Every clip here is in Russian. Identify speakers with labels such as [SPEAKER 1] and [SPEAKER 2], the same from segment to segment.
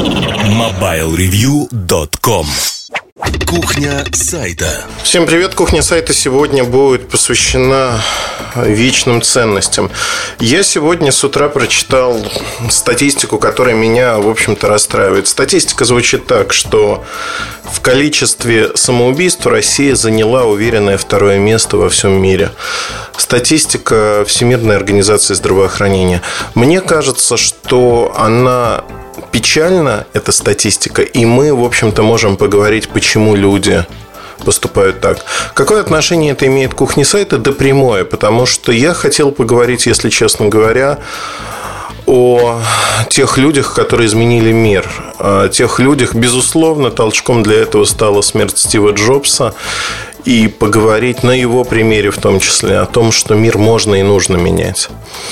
[SPEAKER 1] MobileReview.com. Кухня сайта.
[SPEAKER 2] Всем привет, кухня сайта сегодня будет посвящена вечным ценностям. Я сегодня с утра прочитал статистику, которая меня, в общем-то, расстраивает. Статистика звучит так, что в количестве самоубийств Россия заняла уверенное второе место во всем мире. Статистика Всемирной организации здравоохранения. Мне кажется, что она печальна, эта статистика, и мы, в общем-то, можем поговорить, почему люди поступают так. Какое отношение это имеет к кухне сайта? Да прямое, потому что я хотел поговорить, если честно говоря, о тех людях, которые изменили мир. О тех людях, безусловно, толчком для этого стала смерть Стива Джобса. И поговорить на его примере в том числе о том, что мир можно и нужно менять.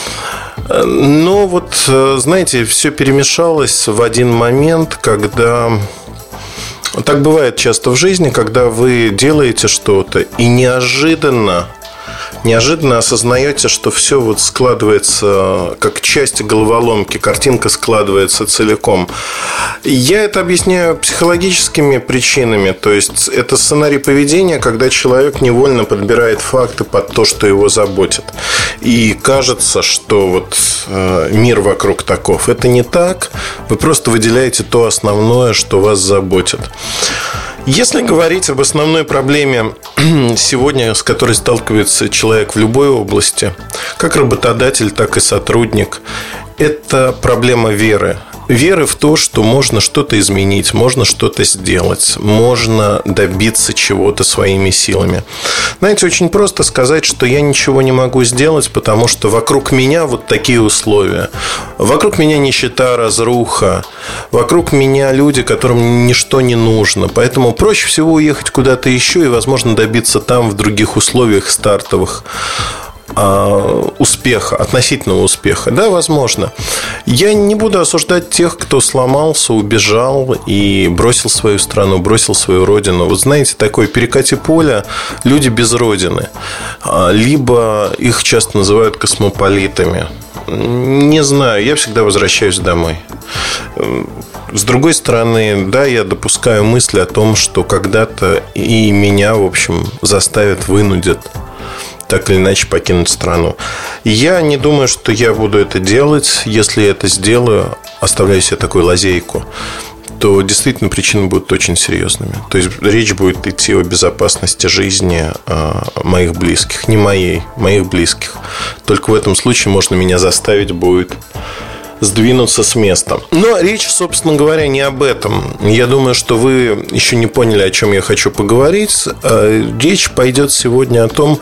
[SPEAKER 2] Но вот, знаете, все перемешалось в один момент, когда... Так бывает часто в жизни, когда вы делаете что-то и неожиданно осознаете, что все вот складывается как часть головоломки, картинка складывается целиком. Я это объясняю психологическими причинами. То есть это сценарий поведения, когда человек невольно подбирает факты под то, что его заботит. И кажется, что вот мир вокруг таков. Это не так. Вы просто выделяете то основное, что вас заботит. Если говорить об основной проблеме сегодня, с которой сталкивается человек в любой области, как работодатель, так и сотрудник, это проблема веры. Веры в то, что можно что-то изменить, можно что-то сделать, можно добиться чего-то своими силами. Знаете, очень просто сказать, что я ничего не могу сделать, потому что вокруг меня вот такие условия. Вокруг меня нищета, разруха. Вокруг меня люди, которым ничто не нужно. Поэтому проще всего уехать куда-то еще и, возможно, добиться там в других условиях стартовых успеха, относительного успеха. Да, возможно. Я не буду осуждать тех, кто сломался, убежал и бросил свою страну, бросил свою родину. Вот знаете, такое перекати поле, люди без родины. Либо их часто называют космополитами. Не знаю, я всегда возвращаюсь домой. С другой стороны, да, я допускаю мысли о том, что когда-то и меня, в общем, заставят, вынудят так или иначе покинуть страну. Я не думаю, что я буду это делать. Если я это сделаю, оставляю себе такую лазейку, то действительно причины будут очень серьезными. То есть речь будет идти о безопасности жизни моих близких. Не моих близких. Только в этом случае можно меня заставить будет сдвинуться с места. Но речь, собственно говоря, не об этом. Я думаю, что вы еще не поняли, о чем я хочу поговорить. Речь пойдет сегодня о том,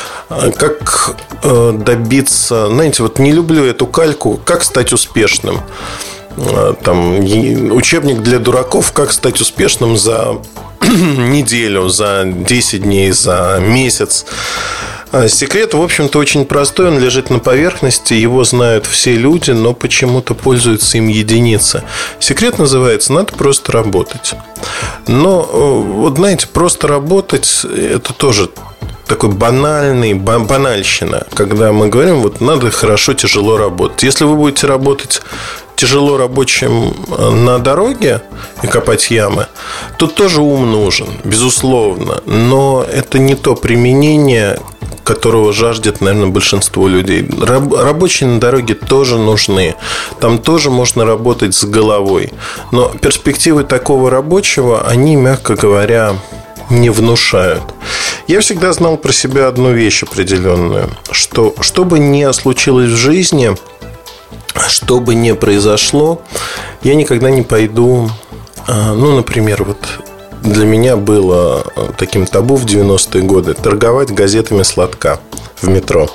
[SPEAKER 2] как добиться... Знаете, вот не люблю эту кальку. Как стать успешным? Там, учебник для дураков. Как стать успешным за неделю, за 10 дней, за месяц. Секрет, в общем-то, очень простой. Он лежит на поверхности. Его знают все люди, но почему-то пользуются им единицы. Секрет называется «надо просто работать». Но, вот знаете, просто работать – это тоже такой банальщина. Когда мы говорим, вот надо хорошо, тяжело работать. Если вы будете работать тяжело рабочим на дороге и копать ямы, то тоже ум нужен, безусловно. Но это не то применение, которого жаждет, наверное, большинство людей. Рабочие на дороге тоже нужны. Там тоже можно работать с головой. Но перспективы такого рабочего, они, мягко говоря, не внушают. Я всегда знал про себя одну вещь определенную, что бы ни случилось в жизни, что бы ни произошло, я никогда не пойду. Ну, например, вот для меня было таким табу в 90-е годы торговать газетами с лотка в метро.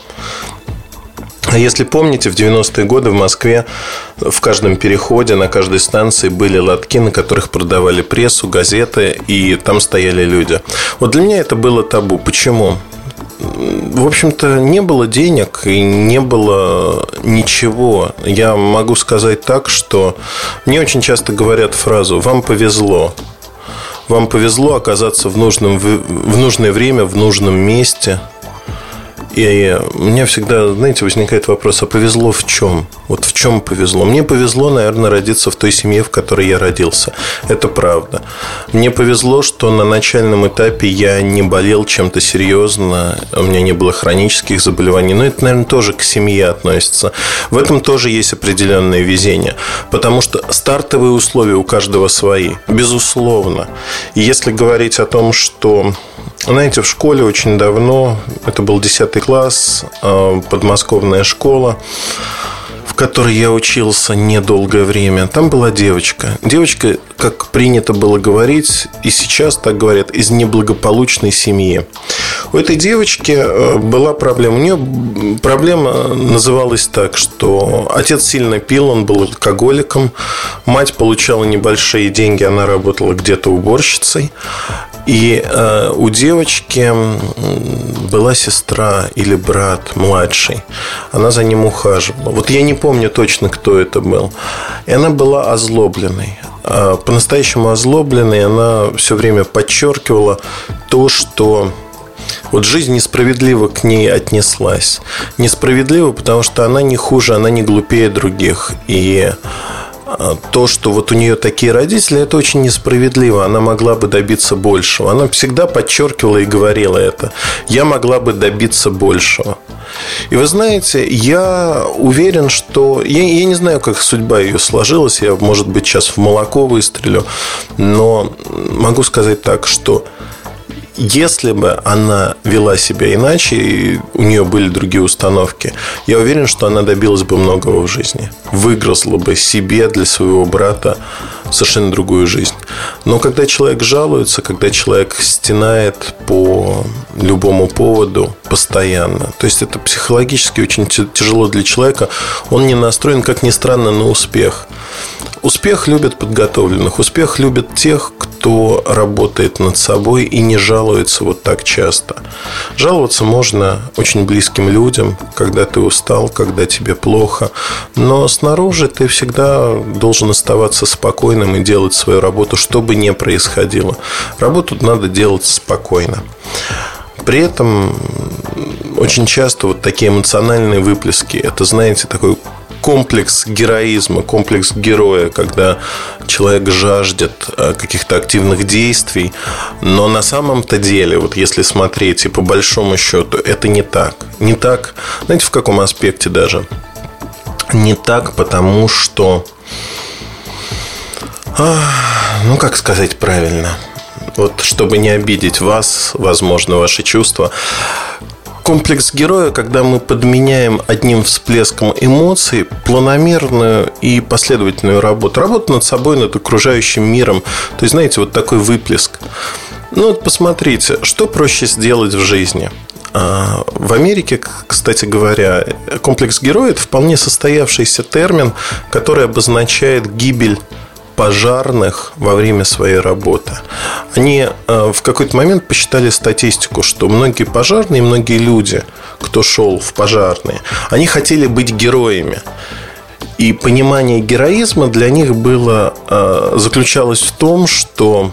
[SPEAKER 2] Если помните, в 90-е годы в Москве в каждом переходе, на каждой станции были лотки, на которых продавали прессу, газеты, и там стояли люди. Вот для меня это было табу. Почему? В общем-то, не было денег и не было ничего. Я могу сказать так, что мне очень часто говорят фразу «вам повезло». Вам повезло оказаться в нужное время, в нужном месте. И у меня всегда, знаете, возникает вопрос, а повезло в чем? Вот в чем повезло? Мне повезло, наверное, родиться в той семье, в которой я родился. Это правда. Мне повезло, что на начальном этапе я не болел чем-то серьезно, у меня не было хронических заболеваний. Но это, наверное, тоже к семье относится. В этом тоже есть определенное везение. Потому что стартовые условия у каждого свои, безусловно. И если говорить о том, что... Знаете, в школе очень давно, это был 10 класс, подмосковная школа, в которой я учился недолгое время. Там была девочка. Девочка, как принято было говорить, и сейчас так говорят, из неблагополучной семьи. У этой девочки была проблема. У нее проблема называлась так, что отец сильно пил, он был алкоголиком. Мать получала небольшие деньги, она работала где-то уборщицей. И у девочки была сестра или брат младший. Она за ним ухаживала. Вот я не помню точно, кто это был. И она была озлобленной. По-настоящему озлобленной. Она все время подчеркивала то, что вот жизнь несправедливо к ней отнеслась. Несправедливо, потому что она не хуже, она не глупее других. И то, что вот у нее такие родители, это очень несправедливо. Она могла бы добиться большего. Она всегда подчеркивала и говорила это. Я могла бы добиться большего. И вы знаете, я уверен, что... Я не знаю, как судьба ее сложилась. Я, может быть, сейчас в молоко выстрелю. Но могу сказать так, что... Если бы она вела себя иначе, и у нее были другие установки, я уверен, что она добилась бы многого в жизни. Выиграла бы себе, для своего брата совершенно другую жизнь. Но когда человек жалуется, когда человек стенает по любому поводу постоянно, то есть это психологически очень тяжело для человека, он не настроен, как ни странно, на успех. Успех любят подготовленных. Успех любят тех, кто работает над собой и не жалуется вот так часто. Жаловаться можно очень близким людям, когда ты устал, когда тебе плохо. Но снаружи ты всегда должен оставаться спокойным и делать свою работу, что бы ни происходило. Работу надо делать спокойно. При этом очень часто вот такие эмоциональные выплески, это, знаете, такой комплекс героизма, комплекс героя, когда человек жаждет каких-то активных действий, но на самом-то деле, вот если смотреть и по большому счету, это не так. Не так, знаете, в каком аспекте даже? Не так, потому что, ну, как сказать правильно, вот чтобы не обидеть вас, возможно, ваши чувства. Комплекс героя, когда мы подменяем одним всплеском эмоций планомерную и последовательную работу. Работу над собой, над окружающим миром. То есть, знаете, вот такой выплеск. Ну, вот посмотрите, что проще сделать в жизни. В Америке, кстати говоря, комплекс героя – это вполне состоявшийся термин, который обозначает гибель пожарных во время своей работы. Они в какой-то момент посчитали статистику, что многие пожарные, многие люди, кто шел в пожарные, они хотели быть героями. И понимание героизма для них было, заключалось в том, что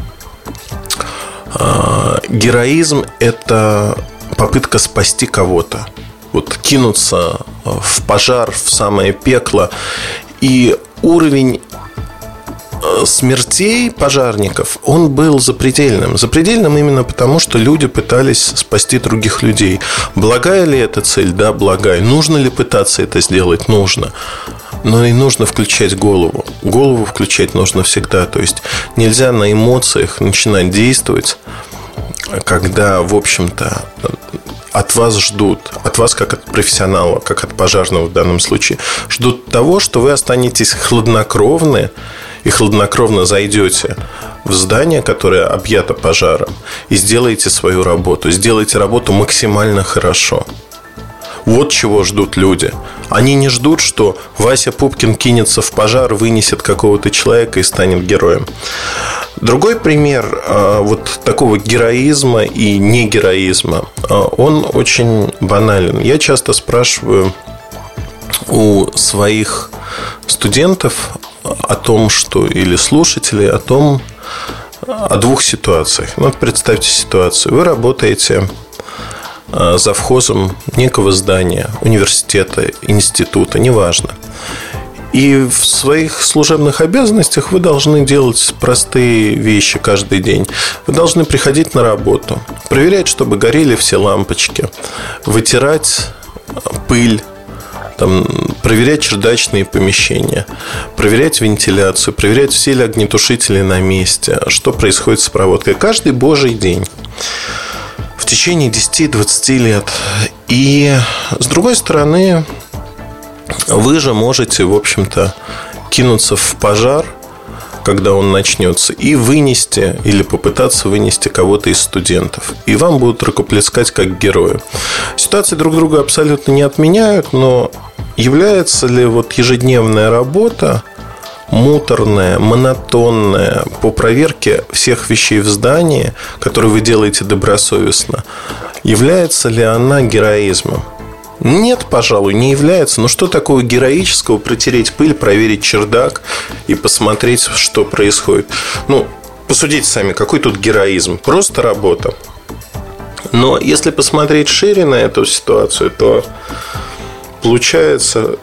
[SPEAKER 2] героизм – это попытка спасти кого-то. Вот кинуться в пожар, в самое пекло. И уровень смертей пожарников, он был запредельным. Запредельным именно потому, что люди пытались спасти других людей. Благая ли эта цель? Да, благая. Нужно ли пытаться это сделать? Нужно. Но и нужно включать голову. Голову включать нужно всегда. То есть нельзя на эмоциях начинать действовать, когда, в общем-то, от вас ждут, от вас как от профессионала, как от пожарного в данном случае, ждут того, что вы останетесь хладнокровны и хладнокровно зайдете в здание, которое объято пожаром, и сделаете свою работу. Сделаете работу максимально хорошо. Вот чего ждут люди. Они не ждут, что Вася Пупкин кинется в пожар, вынесет какого-то человека и станет героем. Другой пример вот такого героизма и негероизма, он очень банален. Я часто спрашиваю у своих студентов о том, что, или слушателей, о двух ситуациях. Вот представьте ситуацию. Вы работаете завхозом некого здания, университета, института, неважно. И в своих служебных обязанностях вы должны делать простые вещи каждый день. Вы должны приходить на работу, проверять, чтобы горели все лампочки, вытирать пыль, проверять чердачные помещения, проверять вентиляцию, проверять, все ли огнетушители на месте, что происходит с проводкой. Каждый божий день в течение 10-20 лет. И с другой стороны, вы же можете, в общем-то, кинуться в пожар, когда он начнется, и вынести или попытаться вынести кого-то из студентов. И вам будут рукоплескать как герою. Ситуации друг друга абсолютно не отменяют, но является ли вот ежедневная работа, муторная, монотонная, по проверке всех вещей в здании, которые вы делаете добросовестно, является ли она героизмом? Нет, пожалуй, не является. Но что такого героического протереть пыль, проверить чердак и посмотреть, что происходит? Посудите сами, какой тут героизм? Просто работа. Но если посмотреть шире на эту ситуацию, то получается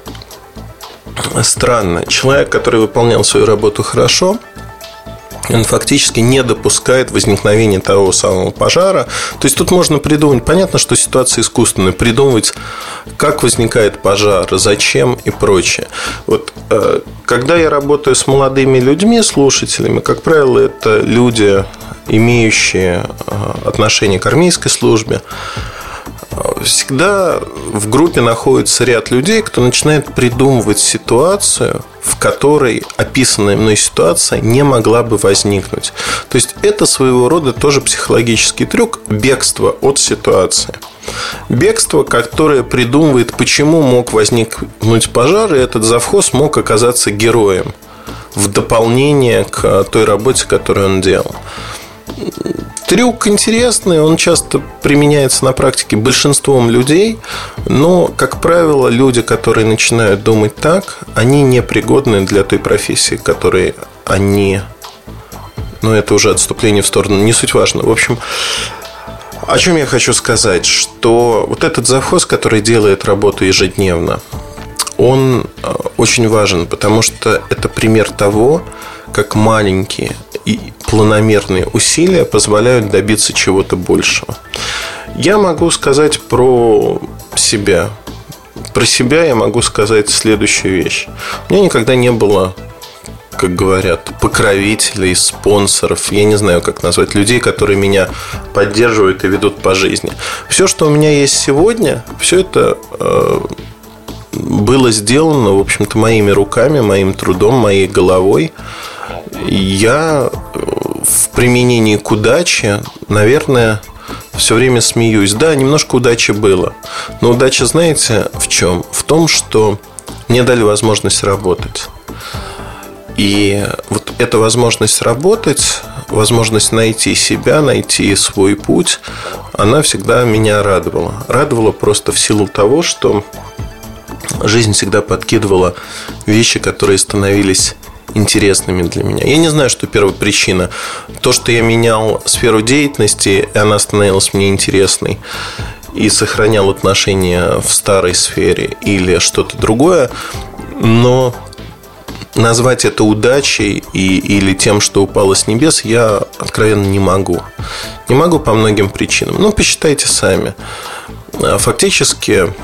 [SPEAKER 2] странно. Человек, который выполнял свою работу хорошо, он фактически не допускает возникновения того самого пожара. То есть тут можно придумать, понятно, что ситуация искусственная, придумывать, как возникает пожар, зачем и прочее. Вот когда я работаю с молодыми людьми, слушателями, как правило, это люди, имеющие отношение к армейской службе, всегда в группе находится ряд людей, кто начинает придумывать ситуацию, в которой описанная мной ситуация не могла бы возникнуть. То есть это своего рода тоже психологический трюк бегства от ситуации. Бегство, которое придумывает, почему мог возникнуть пожар, и этот завхоз мог оказаться героем в дополнение к той работе, которую он делал. Трюк интересный, он часто применяется на практике большинством людей, но, как правило, люди, которые начинают думать так, они непригодны для той профессии, которой они... это уже отступление в сторону, не суть важно. В общем, о чем я хочу сказать, что вот этот завхоз, который делает работу ежедневно, он очень важен, потому что это пример того, как маленькие и планомерные усилия позволяют добиться чего-то большего. Я могу сказать про себя. Про себя я могу сказать следующую вещь. У меня никогда не было, как говорят, покровителей, спонсоров, я не знаю, как назвать, людей, которые меня поддерживают и ведут по жизни. Все, что у меня есть сегодня, все это было сделано, в общем-то, моими руками, моим трудом, моей головой. Я в применении к удаче, наверное, все время смеюсь. Да, немножко удачи было. Но удача, знаете, в чем? В том, что мне дали возможность работать. И вот эта возможность работать, возможность найти себя, найти свой путь, она всегда меня радовала. Радовала просто в силу того, что жизнь всегда подкидывала вещи, которые становились интересными для меня. Я не знаю, что первая причина. То, что я менял сферу деятельности, и она становилась мне интересной, и сохранял отношения в старой сфере, или что-то другое. Но назвать это удачей или тем, что упало с небес, я откровенно не могу. Не могу по многим причинам. Посчитайте сами. Фактически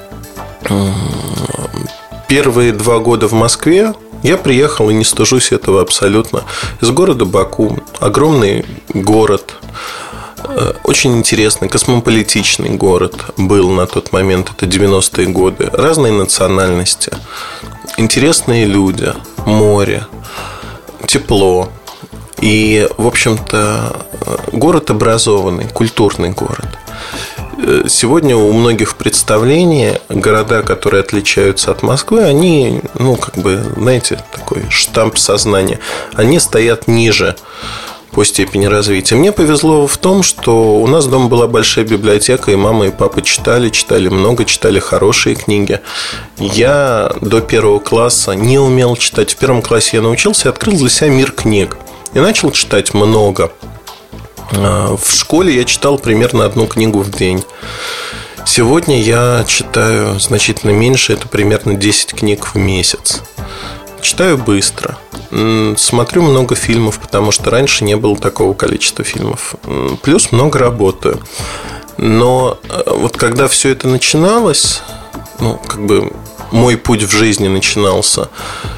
[SPEAKER 2] первые 2 года в Москве я приехал, и не стыжусь этого абсолютно, из города Баку. Огромный город, очень интересный, космополитичный город был на тот момент, это 90-е годы. Разные национальности, интересные люди, море, тепло. И, в общем-то, город образованный, культурный город. Сегодня у многих представлений города, которые отличаются от Москвы, они, знаете, такой штамп сознания, они стоят ниже по степени развития. Мне повезло в том, что у нас дома была большая библиотека, и мама и папа читали много, читали хорошие книги. Я до 1 класса не умел читать. В 1 классе я научился и открыл для себя мир книг. И начал читать много. В школе я читал примерно 1 книгу в день. Сегодня я читаю значительно меньше, это примерно 10 книг в месяц. Читаю быстро. Смотрю много фильмов, потому что раньше не было такого количества фильмов. Плюс много работаю. Но вот когда все это начиналось, мой путь в жизни начинался,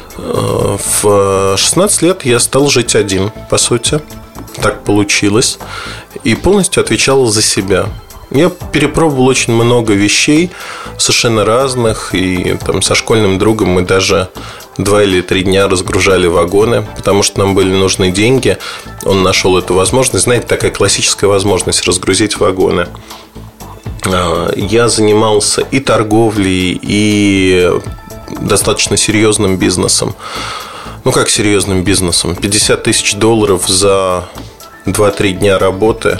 [SPEAKER 2] в 16 лет я стал жить один, по сути. Так получилось. И полностью отвечал за себя. Я перепробовал очень много вещей, совершенно разных. И там со школьным другом мы даже 2 или 3 дня разгружали вагоны, потому что нам были нужны деньги. Он нашел эту возможность. Знаете, такая классическая возможность разгрузить вагоны. Я занимался и торговлей, и достаточно серьезным бизнесом. Как серьезным бизнесом? $50 тысяч за 2-3 дня работы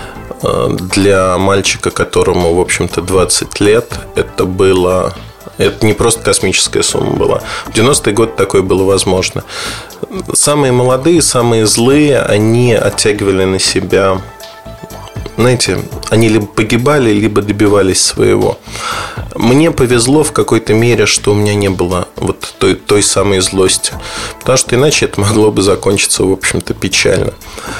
[SPEAKER 2] для мальчика, которому, в общем-то, 20 лет, это не просто космическая сумма была. В 90-е годы такое было возможно. Самые молодые, самые злые, они оттягивали на себя. Знаете, они либо погибали, либо добивались своего. Мне повезло в какой-то мере, что у меня не было вот той самой злости. Потому что иначе это могло бы закончиться, в общем-то, печально.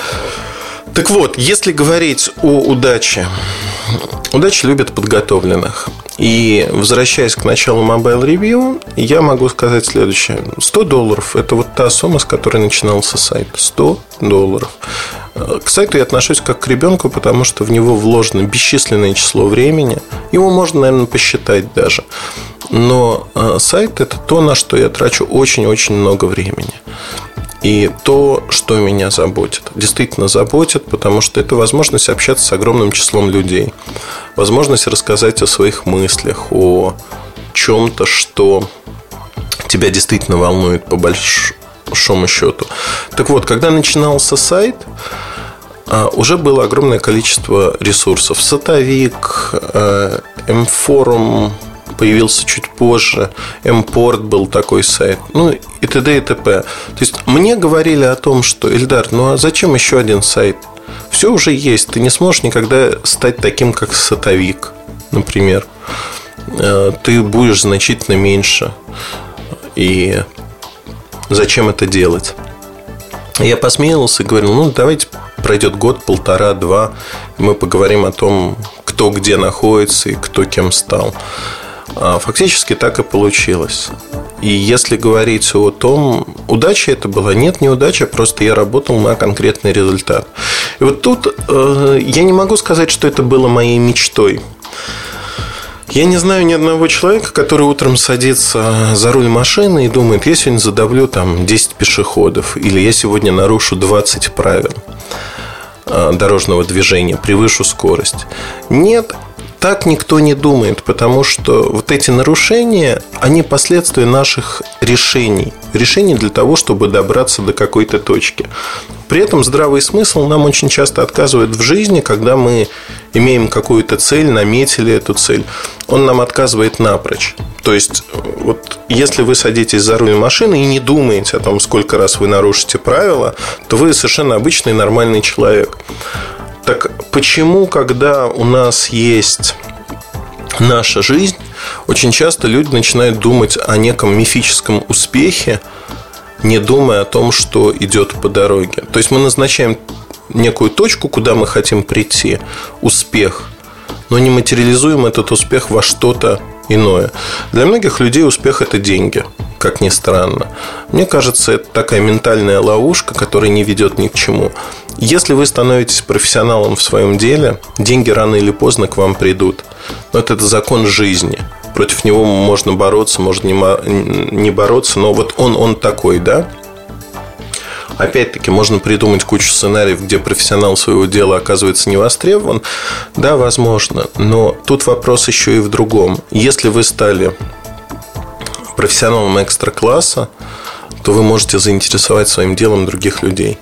[SPEAKER 2] Так вот, если говорить о удаче, удача любит подготовленных. И возвращаясь к началу Mobile Review, я могу сказать следующее. $100 – это вот та сумма, с которой начинался сайт. $100. К сайту я отношусь как к ребенку, потому что в него вложено бесчисленное число времени. Его можно, наверное, посчитать даже. Но сайт – это то, на что я трачу очень-очень много времени. И то, что меня заботит, действительно заботит, потому что это возможность общаться с огромным числом людей, возможность рассказать о своих мыслях, о чем-то, что тебя действительно волнует по большому счету. Так вот, когда начинался сайт, уже было огромное количество ресурсов. Сотовик, М-форум появился чуть позже, М-порт был такой сайт, и т.д. и т.п. То есть мне говорили о том, что, Эльдар, а зачем еще один сайт? Все уже есть, ты не сможешь никогда стать таким, как Сотовик, например. Ты будешь значительно меньше. И зачем это делать? Я посмеялся и говорил, давайте пройдет год, 1,5-2, и мы поговорим о том, кто где находится и кто кем стал. Фактически так и получилось. И если говорить о том, удача это была, нет, не удача, просто я работал на конкретный результат. И вот тут я не могу сказать, что это было моей мечтой. Я не знаю ни одного человека, который утром садится за руль машины и думает, я сегодня задавлю 10 пешеходов, или я сегодня нарушу 20 правил дорожного движения, превышу скорость. Нет, так никто не думает, потому что вот эти нарушения, они последствия наших решений. Решений для того, чтобы добраться до какой-то точки. При этом здравый смысл нам очень часто отказывает в жизни, когда мы имеем какую-то цель, наметили эту цель. Он нам отказывает напрочь. То есть, вот если вы садитесь за руль машины и не думаете о том, сколько раз вы нарушите правила, то вы совершенно обычный нормальный человек. Так почему, когда у нас есть наша жизнь, очень часто люди начинают думать о неком мифическом успехе, не думая о том, что идет по дороге? То есть мы назначаем некую точку, куда мы хотим прийти, успех, но не материализуем этот успех во что-то иное. Для многих людей успех – это деньги, как ни странно. Мне кажется, это такая ментальная ловушка, которая не ведет ни к чему. Если вы становитесь профессионалом в своем деле, деньги рано или поздно к вам придут. Но это закон жизни. Против него можно бороться, можно не бороться, но вот он такой, да? Опять-таки, можно придумать кучу сценариев, где профессионал своего дела оказывается не востребован. Да, возможно. Но тут вопрос еще и в другом. Если вы стали профессионалом экстра-класса, то вы можете заинтересовать своим делом других людей.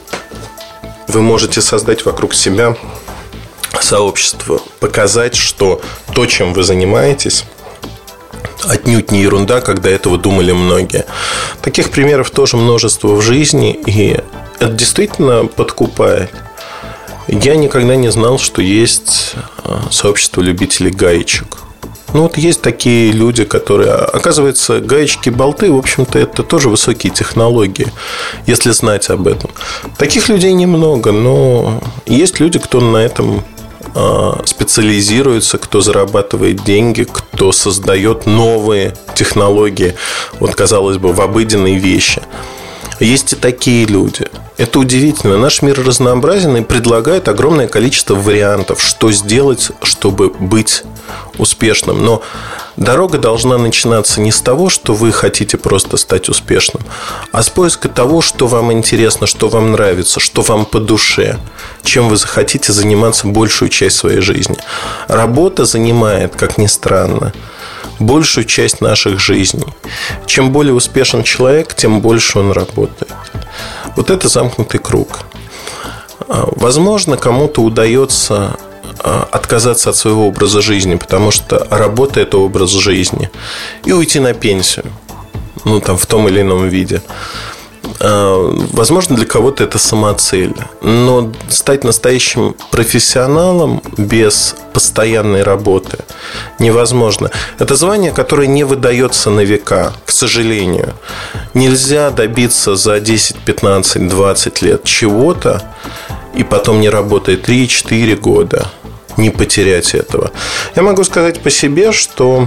[SPEAKER 2] Вы можете создать вокруг себя сообщество, показать, что то, чем вы занимаетесь, отнюдь не ерунда, когда этого думали многие. Таких примеров тоже множество в жизни, и это действительно подкупает. Я никогда не знал, что есть сообщество любителей гаечек. Ну, вот есть такие люди, которые... Оказывается, гаечки-болты, в общем-то, это тоже высокие технологии, если знать об этом. Таких людей немного, но есть люди, кто на этом специализируется, кто зарабатывает деньги, кто создает новые технологии, вот, казалось бы, в обыденные вещи. Есть и такие люди. Это удивительно. Наш мир разнообразен и предлагает огромное количество вариантов, что сделать, чтобы быть успешным. Но дорога должна начинаться не с того, что вы хотите просто стать успешным, а с поиска того, что вам интересно, что вам нравится, что вам по душе, чем вы захотите заниматься большую часть своей жизни. Работа занимает, как ни странно, большую часть наших жизней. Чем более успешен человек, тем больше он работает. Вот это замкнутый круг. Возможно, кому-то удается отказаться от своего образа жизни, потому что работа – это образ жизни, и уйти на пенсию, ну, там, в том или ином виде. Возможно, для кого-то это самоцель. Но стать настоящим профессионалом без постоянной работы невозможно. Это звание, которое не выдается на века, к сожалению. Нельзя добиться за 10, 15, 20 лет чего-то и потом не работать 3-4 года, не потерять этого. Я могу сказать по себе, что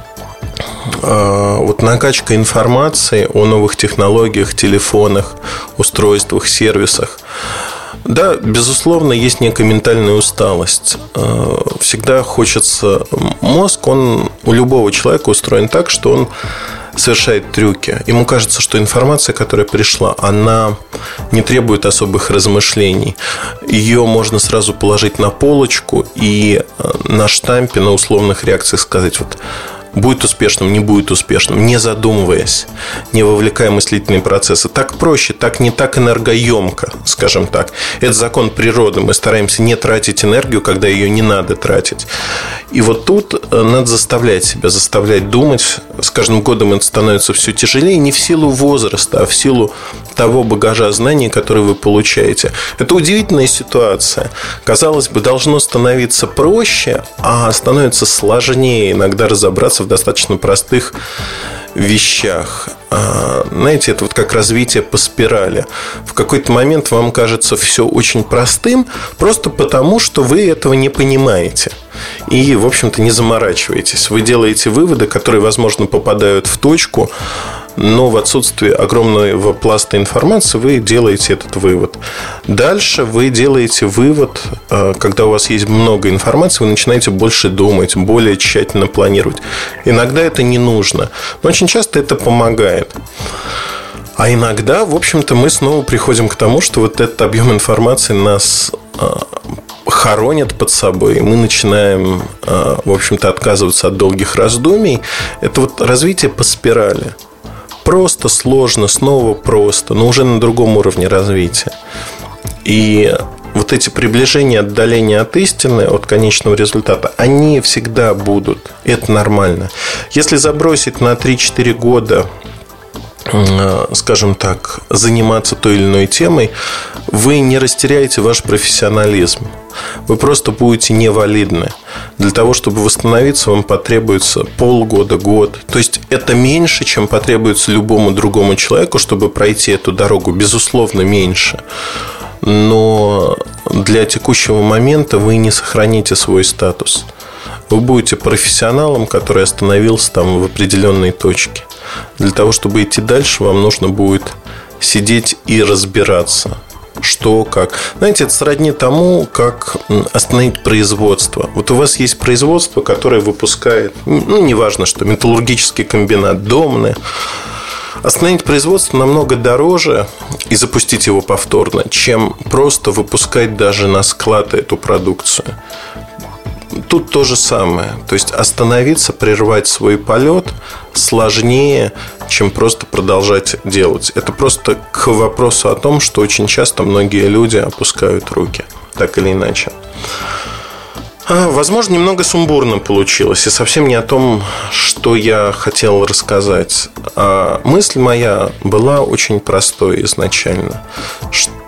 [SPEAKER 2] вот накачка информации о новых технологиях, телефонах, устройствах, сервисах. Да, безусловно, есть некая ментальная усталость. Всегда хочется... Мозг, он у любого человека устроен так, что он совершает трюки. Ему кажется, что информация, которая пришла, она не требует особых размышлений. Ее можно сразу положить на полочку и на штампе, на условных реакциях сказать: вот будет успешным, не будет успешным, не задумываясь, не вовлекая мыслительные процессы. Так проще, так не так энергоемко, скажем так. Это закон природы. Мы стараемся не тратить энергию, когда ее не надо тратить. И вот тут надо заставлять себя, заставлять думать. С каждым годом это становится все тяжелее. Не в силу возраста, а в силу того багажа знаний, который вы получаете. Это удивительная ситуация. Казалось бы, должно становиться проще, а становится сложнее иногда разобраться в достаточно простых вещах. Знаете, это вот как развитие по спирали. В какой-то момент вам кажется все очень простым, просто потому, что вы этого не понимаете. И, в общем-то, не заморачиваетесь. Вы делаете выводы, которые, возможно, попадают в точку, но в отсутствии огромного пласта информации вы делаете этот вывод. Дальше вы делаете вывод, когда у вас есть много информации, вы начинаете больше думать, более тщательно планировать. Иногда это не нужно, но очень часто это помогает. А иногда, в общем-то, мы снова приходим к тому, что вот этот объем информации нас хоронят под собой, и мы начинаем, в общем-то, отказываться от долгих раздумий. Это вот развитие по спирали. Просто, сложно, снова просто, но уже на другом уровне развития. И вот эти приближения, отдаления от истины, от конечного результата, они всегда будут. Это нормально. Если забросить на 3-4 года, скажем так, заниматься той или иной темой, вы не растеряете ваш профессионализм. Вы просто будете невалидны. Для того, чтобы восстановиться, вам потребуется полгода, год. То есть это меньше, чем потребуется любому другому человеку, чтобы пройти эту дорогу. Безусловно, меньше. Но для текущего момента вы не сохраните свой статус. Вы будете профессионалом, который остановился там в определенной точке. Для того, чтобы идти дальше, вам нужно будет сидеть и разбираться, что, как. Знаете, это сродни тому, как остановить производство. Вот у вас есть производство, которое выпускает, ну, неважно что, металлургический комбинат, Домны. Остановить производство намного дороже и запустить его повторно, чем просто выпускать даже на склад эту продукцию. Тут то же самое. То есть остановиться, прервать свой полет сложнее, чем просто продолжать делать. Это просто к вопросу о том, что очень часто многие люди опускают руки, так или иначе. Возможно, немного сумбурно получилось и совсем не о том, что я хотел рассказать. Мысль моя была очень простой изначально, что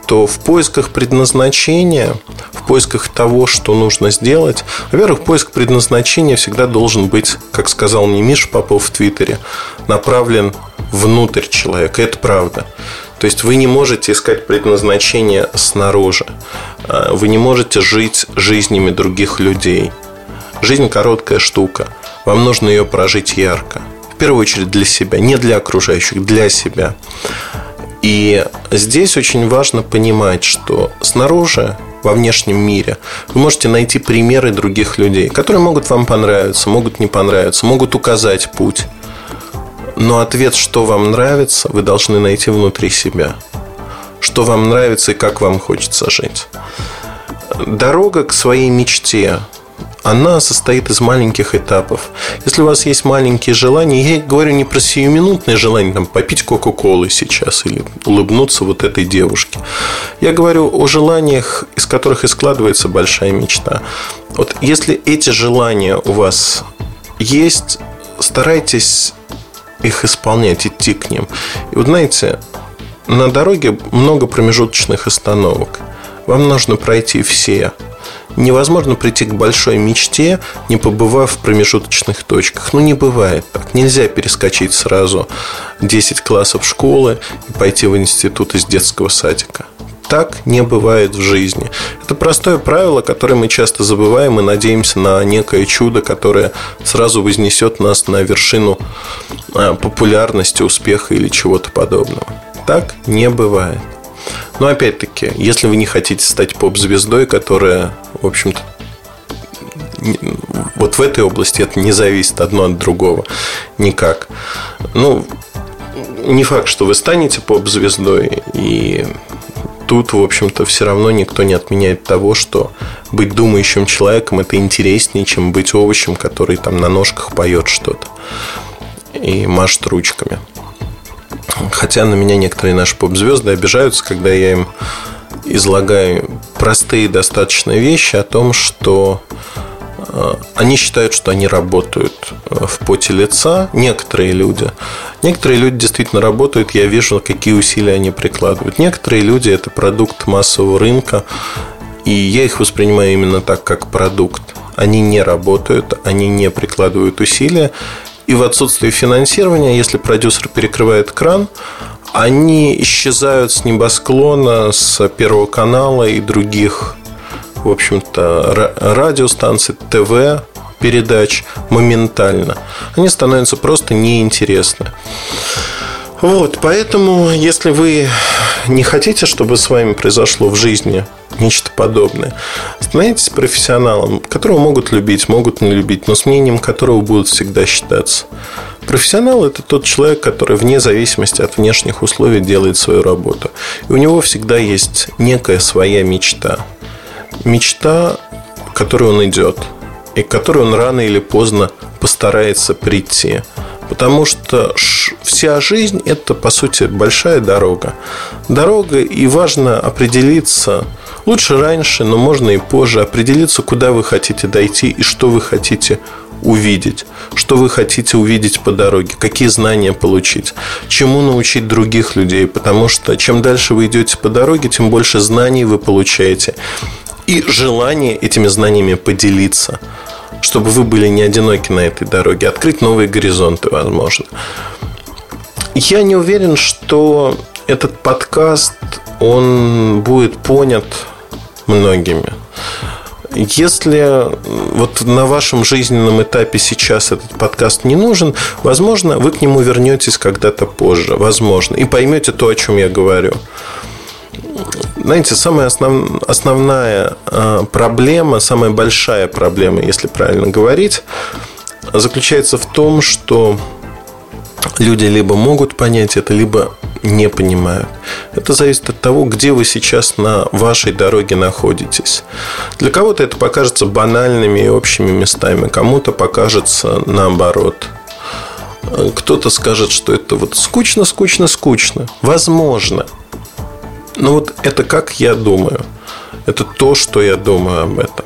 [SPEAKER 2] что в поисках предназначения, в поисках того, что нужно сделать, во-первых, поиск предназначения всегда должен быть, как сказал мне Миша Попов в Твиттере, направлен внутрь человека. Это правда. То есть вы не можете искать предназначение снаружи. Вы не можете жить жизнями других людей. Жизнь короткая штука. Вам нужно ее прожить ярко. В первую очередь для себя. Не для окружающих, для себя. И здесь очень важно понимать, что снаружи, во внешнем мире, вы можете найти примеры других людей, которые могут вам понравиться, могут не понравиться, могут указать путь. Но ответ, что вам нравится, вы должны найти внутри себя. Что вам нравится и как вам хочется жить. Дорога к своей мечте, она состоит из маленьких этапов. Если у вас есть маленькие желания, я говорю не про сиюминутные желания, там, попить кока-колы сейчас или улыбнуться вот этой девушке. Я говорю о желаниях, из которых и складывается большая мечта. Вот если эти желания у вас есть, старайтесь их исполнять, идти к ним. И вот знаете, на дороге много промежуточных остановок. Вам нужно пройти все. Невозможно прийти к большой мечте, не побывав в промежуточных точках. Не бывает так. Нельзя перескочить сразу 10 классов школы и пойти в институт из детского садика. Так не бывает в жизни. Это простое правило, которое мы часто забываем и надеемся на некое чудо, которое сразу вознесет нас на вершину популярности, успеха или чего-то подобного. Так не бывает. Но опять-таки, если вы не хотите стать поп-звездой, которая, в общем-то, вот в этой области это не зависит одно от другого никак. Не факт, что вы станете поп-звездой. И тут, в общем-то, все равно никто не отменяет того, что быть думающим человеком – это интереснее, чем быть овощем, который там на ножках поет что-то и машет ручками. Хотя на меня некоторые наши поп-звезды обижаются, когда я им излагаю простые достаточно вещи о том, что они считают, что они работают в поте лица. Некоторые люди действительно работают. Я вижу, какие усилия они прикладывают. Некоторые люди – это продукт массового рынка. И я их воспринимаю именно так, как продукт. Они не работают, они не прикладывают усилия. И в отсутствии финансирования, если продюсер перекрывает кран, они исчезают с небосклона, с Первого канала и других, в общем-то, радиостанций, ТВ передач моментально. Они становятся просто неинтересны. Вот, поэтому, если вы не хотите, чтобы с вами произошло в жизни нечто подобное, становитесь профессионалом, которого могут любить, могут не любить, но с мнением которого будут всегда считаться. Профессионал – это тот человек, который вне зависимости от внешних условий делает свою работу. И у него всегда есть некая своя мечта. Мечта, к которой он идет, и к которой он рано или поздно постарается прийти. Потому что вся жизнь – это, по сути, большая дорога. Дорога, и важно определиться, лучше раньше, но можно и позже, определиться, куда вы хотите дойти и что вы хотите увидеть. Что вы хотите увидеть по дороге, какие знания получить, чему научить других людей. Потому что чем дальше вы идете по дороге, тем больше знаний вы получаете. И желание этими знаниями поделиться, чтобы вы были не одиноки на этой дороге, открыть новые горизонты, возможно. Я не уверен, что этот подкаст, он будет понят многими. Если вот на вашем жизненном этапе сейчас этот подкаст не нужен, возможно, вы к нему вернетесь когда-то позже, возможно, и поймете то, о чем я говорю. Знаете, самая основная проблема, самая большая проблема, если правильно говорить, заключается в том, что люди либо могут понять это, либо не понимают. Это зависит от того, где вы сейчас на вашей дороге находитесь. Для кого-то это покажется банальными и общими местами, кому-то покажется наоборот. Кто-то скажет, что это вот скучно. Возможно. Но вот это как я думаю. Это то, что я думаю об этом.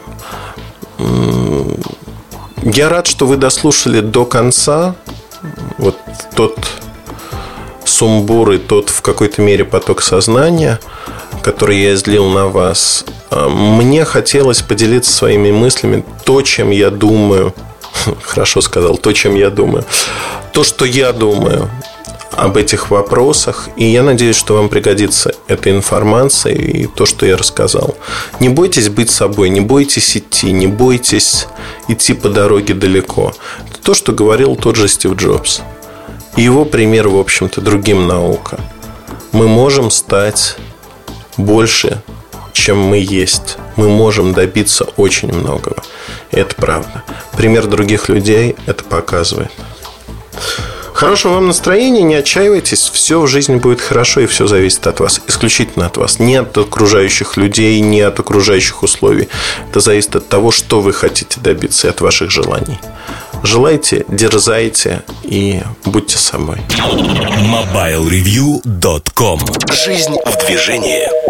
[SPEAKER 2] Я рад, что вы дослушали до конца. Вот тот сумбур и тот в какой-то мере поток сознания, который я излил на вас, мне хотелось поделиться своими мыслями, то, чем я думаю. Хорошо сказал, то, чем я думаю. То, что я думаю об этих вопросах. И я надеюсь, что вам пригодится эта информация и то, что я рассказал. Не бойтесь быть собой, не бойтесь идти, не бойтесь идти по дороге далеко. Это то, что говорил тот же Стив Джобс. И его пример, в общем-то, другим наука. Мы можем стать больше, чем мы есть. Мы можем добиться очень многого. И это правда. Пример других людей это показывает. Хорошего вам настроения, не отчаивайтесь. Все в жизни будет хорошо, и все зависит от вас. Исключительно от вас. Не от окружающих людей, не от окружающих условий. Это зависит от того, что вы хотите добиться, и от ваших желаний. Желайте, дерзайте и будьте собой.
[SPEAKER 1] MobileReview.com. Жизнь в движении.